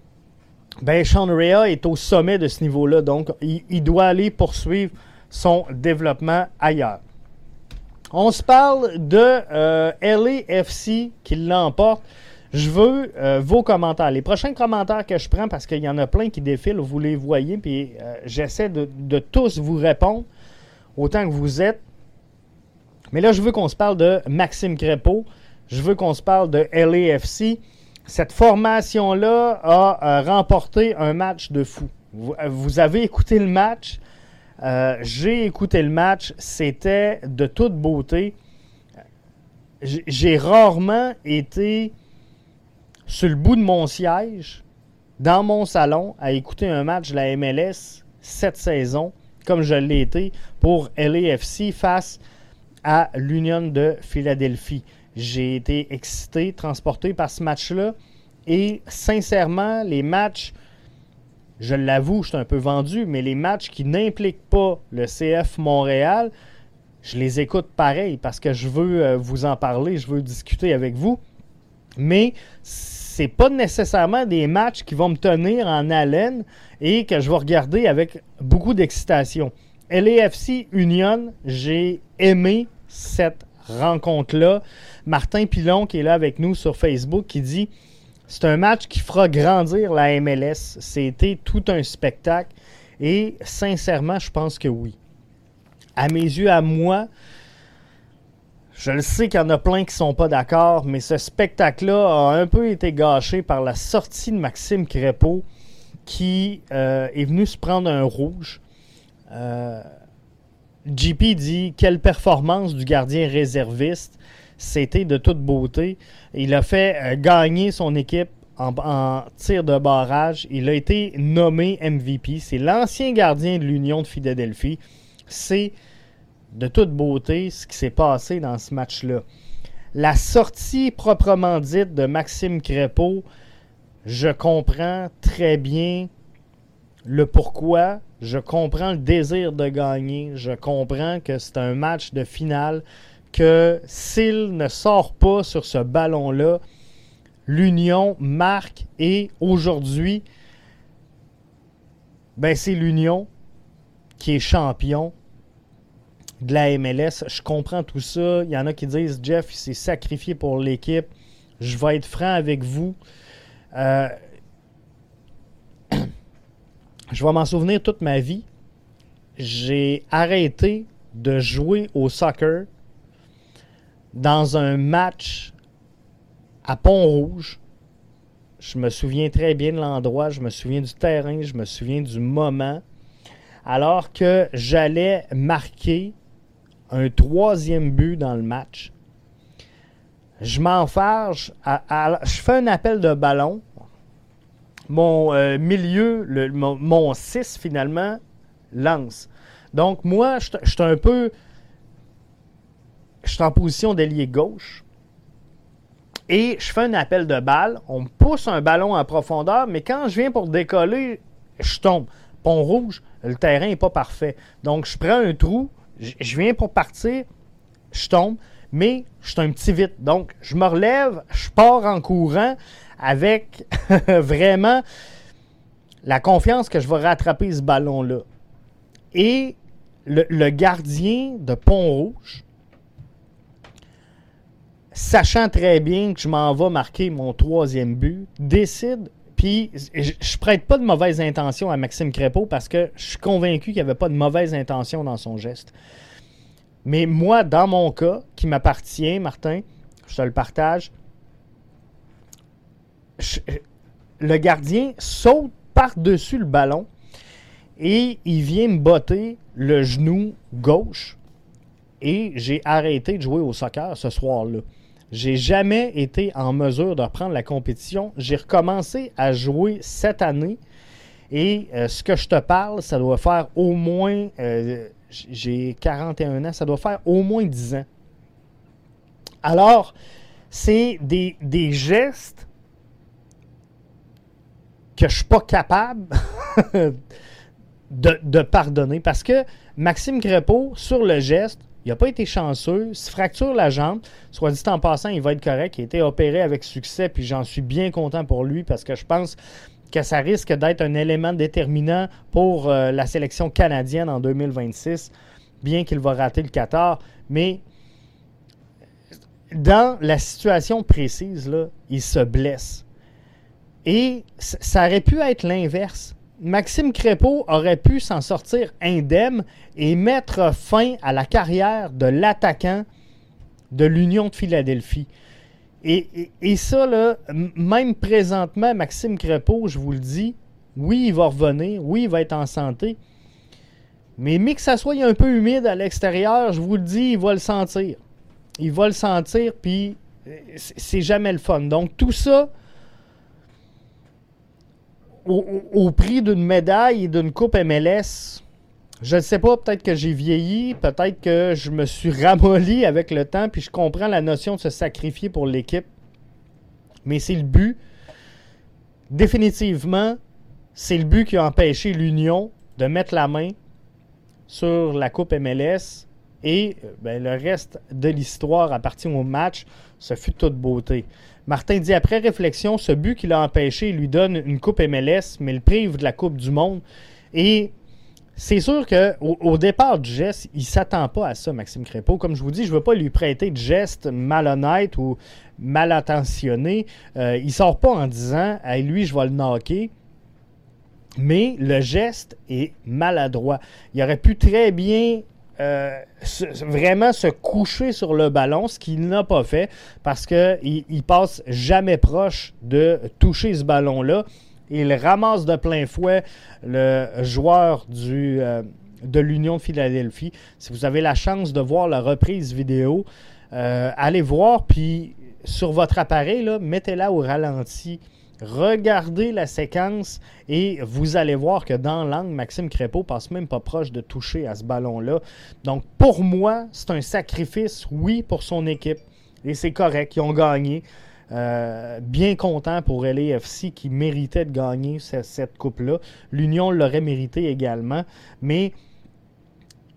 ben, Sean Rea est au sommet de ce niveau-là. Donc, il, il doit aller poursuivre son développement ailleurs. On se parle de euh, L A F C qui l'emporte. Je veux euh, vos commentaires. Les prochains commentaires que je prends, parce qu'il y en a plein qui défilent, vous les voyez, puis euh, j'essaie de, de tous vous répondre, autant que vous êtes. Mais là, je veux qu'on se parle de Maxime Crépeau. Je veux qu'on se parle de L A F C. Cette formation-là a euh, remporté un match de fou. Vous, vous avez écouté le match. Euh, j'ai écouté le match. C'était de toute beauté. J'ai rarement été sur le bout de mon siège, dans mon salon, à écouter un match de la M L S cette saison, comme je l'ai été pour L A F C face à l'Union de Philadelphie. J'ai été excité, transporté par ce match-là. Et sincèrement, les matchs, je l'avoue, je suis un peu vendu, mais les matchs qui n'impliquent pas le C F Montréal, je les écoute pareil parce que je veux euh, vous en parler, je veux discuter avec vous. Mais c'est pas nécessairement des matchs qui vont me tenir en haleine et que je vais regarder avec beaucoup d'excitation. L A F C Union, j'ai aimé cette rencontre-là. Martin Pilon, qui est là avec nous sur Facebook, qui dit « C'est un match qui fera grandir la M L S. C'était tout un spectacle. » Et sincèrement, je pense que oui. À mes yeux, à moi, je le sais qu'il y en a plein qui ne sont pas d'accord, mais ce spectacle-là a un peu été gâché par la sortie de Maxime Crépeau, qui euh, est venu se prendre un rouge. Euh, J P dit « Quelle performance du gardien réserviste. » C'était de toute beauté. Il a fait euh, gagner son équipe en, en tir de barrage. Il a été nommé M V P. C'est l'ancien gardien de l'Union de Philadelphie. C'est de toute beauté ce qui s'est passé dans ce match-là. La sortie proprement dite de Maxime Crépeau, je comprends très bien le pourquoi. Je comprends le désir de gagner. Je comprends que c'est un match de finale, que s'il ne sort pas sur ce ballon-là, l'Union marque et aujourd'hui, ben c'est l'Union qui est champion de la M L S. Je comprends tout ça. Il y en a qui disent « Jeff, il s'est sacrifié pour l'équipe. » Je vais être franc avec vous. Euh, je vais m'en souvenir toute ma vie. J'ai arrêté de jouer au soccer dans un match à Pont-Rouge. Je me souviens très bien de l'endroit, je me souviens du terrain, je me souviens du moment. Alors que j'allais marquer un troisième but dans le match. Je m'enfarge, à, à, je fais un appel de ballon. Mon euh, milieu, le, mon, mon six finalement, lance. Donc moi, je suis un peu... Je suis en position d'ailier gauche. Et je fais un appel de balle. On me pousse un ballon en profondeur, mais quand je viens pour décoller, je tombe. Pont-Rouge, le terrain n'est pas parfait. Donc, je prends un trou, je viens pour partir, je tombe, mais je suis un petit vite. Donc, je me relève, je pars en courant avec vraiment la confiance que je vais rattraper ce ballon-là. Et le, le gardien de Pont-Rouge, sachant très bien que je m'en vais marquer mon troisième but, décide, puis je ne prête pas de mauvaise intention à Maxime Crépeau parce que je suis convaincu qu'il n'y avait pas de mauvaise intention dans son geste. Mais moi, dans mon cas, qui m'appartient, Martin, je te le partage, je, le gardien saute par-dessus le ballon et il vient me botter le genou gauche et j'ai arrêté de jouer au soccer ce soir-là. J'ai jamais été en mesure de reprendre la compétition. J'ai recommencé à jouer cette année et euh, ce que je te parle, ça doit faire au moins, euh, j'ai quarante et un ans, ça doit faire au moins dix ans. Alors, c'est des, des gestes que je ne suis pas capable de, de pardonner parce que Maxime Crépeau, sur le geste, il n'a pas été chanceux, il se fracture la jambe. Soit dit en passant, il va être correct. Il a été opéré avec succès, puis j'en suis bien content pour lui parce que je pense que ça risque d'être un élément déterminant pour euh, la sélection canadienne en deux mille vingt-six, bien qu'il va rater le Qatar. Mais dans la situation précise, là, il se blesse. Et ça aurait pu être l'inverse. Maxime Crépeau aurait pu s'en sortir indemne et mettre fin à la carrière de l'attaquant de l'Union de Philadelphie. Et, et, et ça, là, même présentement, Maxime Crépeau, je vous le dis, oui, il va revenir, oui, il va être en santé, mais mais que ça soit un peu humide à l'extérieur, je vous le dis, il va le sentir. Il va le sentir, puis c'est jamais le fun. Donc, tout ça, Au, au, au prix d'une médaille et d'une coupe M L S, je ne sais pas, peut-être que j'ai vieilli, peut-être que je me suis ramolli avec le temps, puis je comprends la notion de se sacrifier pour l'équipe. Mais c'est le but. Définitivement, c'est le but qui a empêché l'Union de mettre la main sur la coupe M L S et ben, le reste de l'histoire appartient au match. Ce fut de toute beauté. Martin dit, après réflexion, ce but qui l'a empêché lui donne une coupe M L S, mais le prive de la Coupe du Monde. Et c'est sûr qu'au au départ du geste, il ne s'attend pas à ça, Maxime Crépeau. Comme je vous dis, je ne veux pas lui prêter de gestes malhonnêtes ou mal intentionnés. Euh, il ne sort pas en disant, hey, lui, je vais le knocker. Mais le geste est maladroit. Il aurait pu très bien... Euh, se, vraiment se coucher sur le ballon, ce qu'il n'a pas fait parce qu'il ne passe jamais proche de toucher ce ballon-là. Il ramasse de plein fouet le joueur du, euh, de l'Union de Philadelphie. Si vous avez la chance de voir la reprise vidéo, euh, allez voir, puis sur votre appareil, là, mettez-la au ralenti. Regardez la séquence et vous allez voir que dans l'angle, Maxime Crépeau passe même pas proche de toucher à ce ballon-là. Donc, pour moi, c'est un sacrifice, oui, pour son équipe. Et c'est correct, ils ont gagné. Euh, bien content pour L A F C qui méritait de gagner cette, cette coupe-là. L'Union l'aurait mérité également. Mais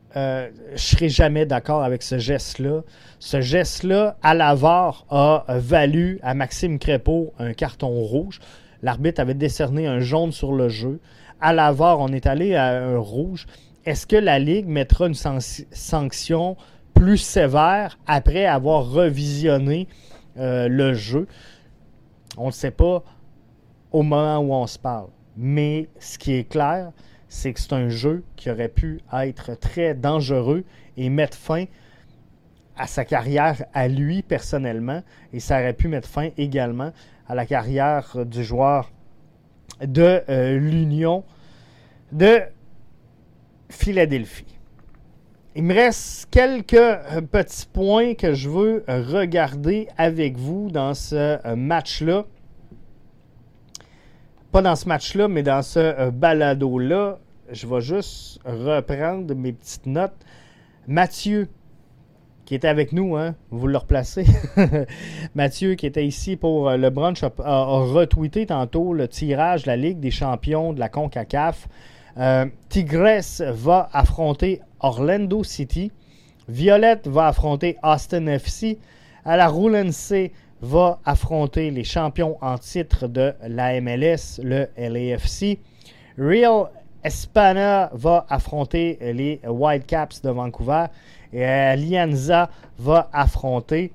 euh, je ne serai jamais d'accord avec ce geste-là. Ce geste-là, à la V A R, a valu à Maxime Crépeau un carton rouge. L'arbitre avait décerné un jaune sur le jeu. À la V A R, on est allé à un rouge. Est-ce que la Ligue mettra une san- sanction plus sévère après avoir revisionné euh, le jeu? On ne le sait pas au moment où on se parle. Mais ce qui est clair, c'est que c'est un jeu qui aurait pu être très dangereux et mettre fin à sa carrière à lui personnellement. Et ça aurait pu mettre fin également à la carrière du joueur de euh, l'Union de Philadelphie. Il me reste quelques euh, petits points que je veux euh, regarder avec vous dans ce euh, match-là. Pas dans ce match-là, mais dans ce euh, balado-là. Je vais juste reprendre mes petites notes. Mathieu, qui était avec nous, hein, vous le replacez. Mathieu, qui était ici pour euh, le brunch, a, a, a retweeté tantôt le tirage de la Ligue des champions de la CONCACAF. Euh, Tigres va affronter Orlando City. Violette va affronter Austin F C. Alajuelense va affronter les champions en titre de la M L S, le L A F C. Real Espana va affronter les Whitecaps de Vancouver. Et Alianza va affronter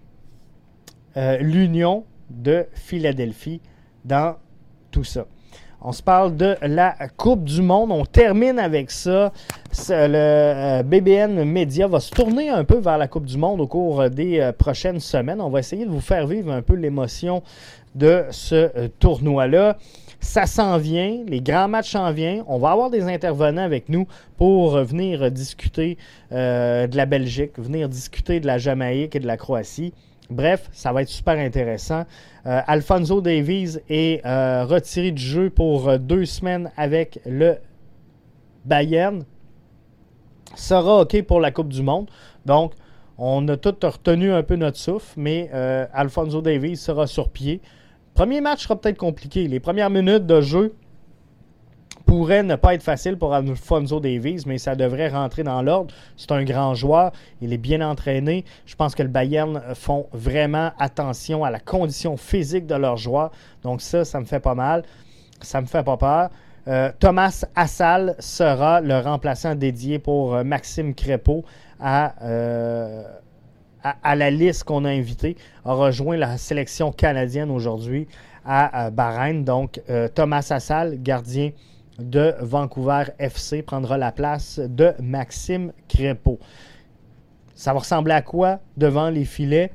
euh, l'Union de Philadelphie dans tout ça. On se parle de la Coupe du Monde. On termine avec ça. Le euh, B B N Media va se tourner un peu vers la Coupe du Monde au cours des euh, prochaines semaines. On va essayer de vous faire vivre un peu l'émotion de ce euh, tournoi-là. Ça s'en vient. Les grands matchs s'en viennent. On va avoir des intervenants avec nous pour venir discuter euh, de la Belgique, venir discuter de la Jamaïque et de la Croatie. Bref, ça va être super intéressant. Euh, Alphonso Davies est euh, retiré du jeu pour euh, deux semaines avec le Bayern. Sera OK pour la Coupe du Monde. Donc, on a tous retenu un peu notre souffle, mais euh, Alphonso Davies sera sur pied. Premier match sera peut-être compliqué. Les premières minutes de jeu pourraient ne pas être faciles pour Alphonso Davies, mais ça devrait rentrer dans l'ordre. C'est un grand joueur. Il est bien entraîné. Je pense que le Bayern font vraiment attention à la condition physique de leurs joueurs. Donc ça, ça me fait pas mal. Ça me fait pas peur. Euh, Thomas Hasal sera le remplaçant dédié pour euh, Maxime Crépeau à... Euh, À, à la liste qu'on a invitée, a rejoint la sélection canadienne aujourd'hui à, à Bahreïn. Donc, euh, Thomas Hasal, gardien de Vancouver F C, prendra la place de Maxime Crépeau. Ça va ressembler à quoi devant les filets?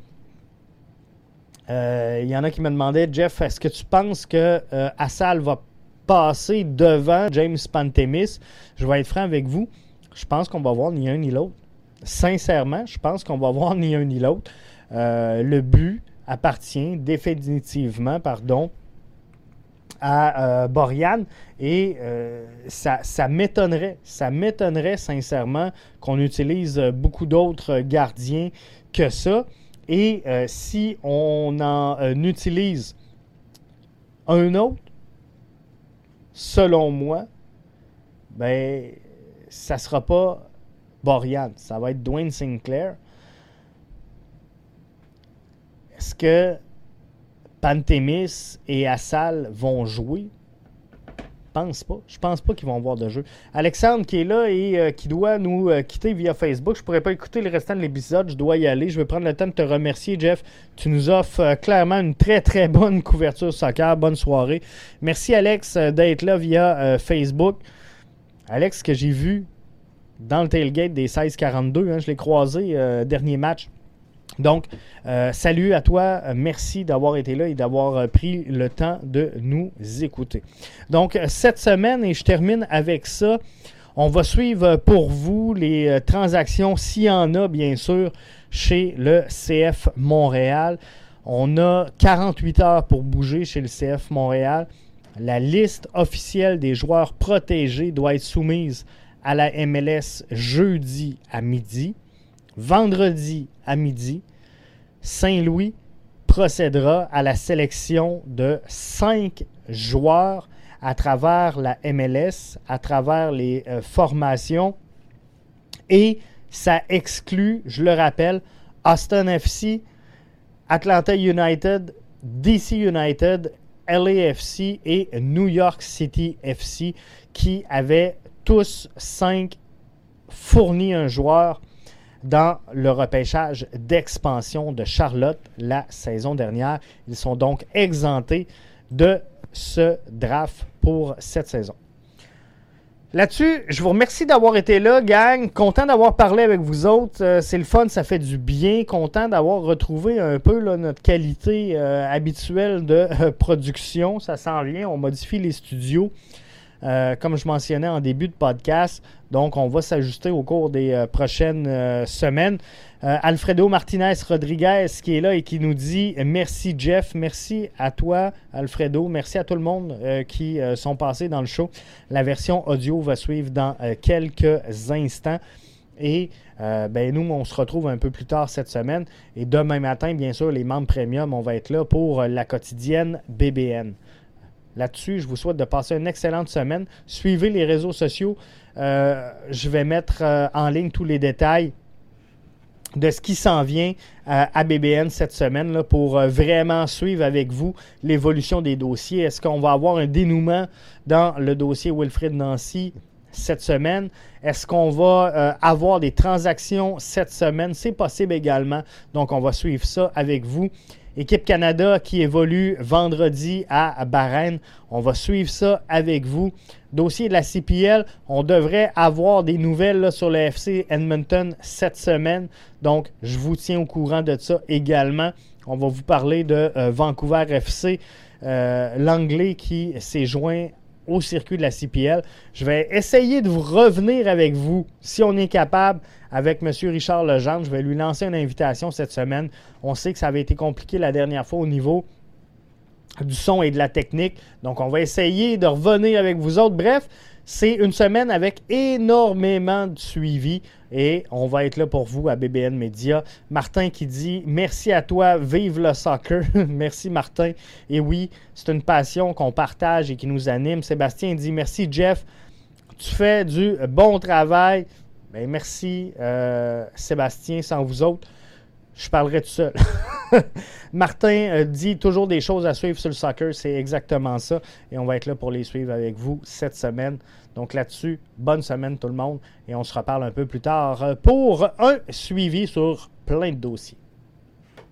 Il euh, y en a qui me demandaient, Jeff, est-ce que tu penses que euh, Hasal va passer devant James Pantemis? Je vais être franc avec vous. Je pense qu'on va voir ni un ni l'autre. Sincèrement, je pense qu'on va voir ni un ni l'autre. Euh, le but appartient définitivement, pardon, à euh, Borjan et euh, ça, ça m'étonnerait, ça m'étonnerait sincèrement qu'on utilise beaucoup d'autres gardiens que ça. Et euh, si on en euh, utilise un autre, selon moi, ben ça ne sera pas Borjan, ça va être Dwayne Sinclair. Est-ce que Pantemis et Hasal vont jouer? Je pense pas. Je pense pas qu'ils vont avoir de jeu. Alexandre qui est là et euh, qui doit nous euh, quitter via Facebook. Je pourrais pas écouter le restant de l'épisode. Je dois y aller. Je vais prendre le temps de te remercier, Jeff. Tu nous offres euh, clairement une très très bonne couverture soccer. Bonne soirée. Merci Alex euh, d'être là via euh, Facebook. Alex que j'ai vu dans le tailgate des seize quarante-deux. Hein, je l'ai croisé euh, dernier match. Donc, euh, salut à toi. Euh, merci d'avoir été là et d'avoir euh, pris le temps de nous écouter. Donc, euh, cette semaine, et je termine avec ça, on va suivre pour vous les euh, transactions, s'il y en a, bien sûr, chez le C F Montréal. On a quarante-huit heures pour bouger chez le C F Montréal. La liste officielle des joueurs protégés doit être soumise à la M L S jeudi à midi. Vendredi à midi, Saint-Louis procédera à la sélection de cinq joueurs à travers la M L S, à travers les euh, formations. Et ça exclut, je le rappelle, Austin F C, Atlanta United, D C United, L A F C et New York City F C qui avaient tous cinq fourni un joueur dans le repêchage d'expansion de Charlotte la saison dernière. Ils sont donc exemptés de ce draft pour cette saison. Là-dessus, je vous remercie d'avoir été là, gang. Content d'avoir parlé avec vous autres. Euh, c'est le fun, ça fait du bien. Content d'avoir retrouvé un peu là, notre qualité euh, habituelle de euh, production. Ça s'en vient. On modifie les studios, euh, comme je mentionnais en début de podcast. Donc, on va s'ajuster au cours des euh, prochaines euh, semaines. Euh, Alfredo Martinez Rodriguez qui est là et qui nous dit « Merci Jeff, merci à toi Alfredo, merci à tout le monde euh, qui euh, sont passés dans le show. La version audio va suivre dans euh, quelques instants. Et euh, ben, nous, on se retrouve un peu plus tard cette semaine. Et demain matin, bien sûr, les membres premium, on va être là pour euh, la quotidienne B B N. Là-dessus, je vous souhaite de passer une excellente semaine. Suivez les réseaux sociaux. Euh, je vais mettre euh, en ligne tous les détails de ce qui s'en vient euh, à B B N cette semaine là, pour euh, vraiment suivre avec vous l'évolution des dossiers. Est-ce qu'on va avoir un dénouement dans le dossier Wilfried Nancy cette semaine? Est-ce qu'on va euh, avoir des transactions cette semaine? C'est possible également. Donc, on va suivre ça avec vous. Équipe Canada qui évolue vendredi à Bahreïn. On va suivre ça avec vous. Dossier de la C P L, on devrait avoir des nouvelles là, sur le F C Edmonton cette semaine. Donc, je vous tiens au courant de ça également. On va vous parler de euh, Vancouver F C, euh, l'Anglais qui s'est joint au circuit de la C P L. Je vais essayer de vous revenir avec vous, si on est capable, avec M. Richard Legendre. Je vais lui lancer une invitation cette semaine. On sait que ça avait été compliqué la dernière fois au niveau du son et de la technique. Donc, on va essayer de revenir avec vous autres. Bref, c'est une semaine avec énormément de suivi et on va être là pour vous à B B N Media. Martin qui dit « Merci à toi, vive le soccer ». Merci Martin. Et oui, c'est une passion qu'on partage et qui nous anime. Sébastien dit « Merci Jeff, tu fais du bon travail ». Bien, merci euh, Sébastien, sans vous autres, je parlerai tout seul. Martin euh, dit toujours des choses à suivre sur le soccer, c'est exactement ça. Et on va être là pour les suivre avec vous cette semaine. Donc là-dessus, bonne semaine tout le monde. Et on se reparle un peu plus tard pour un suivi sur plein de dossiers.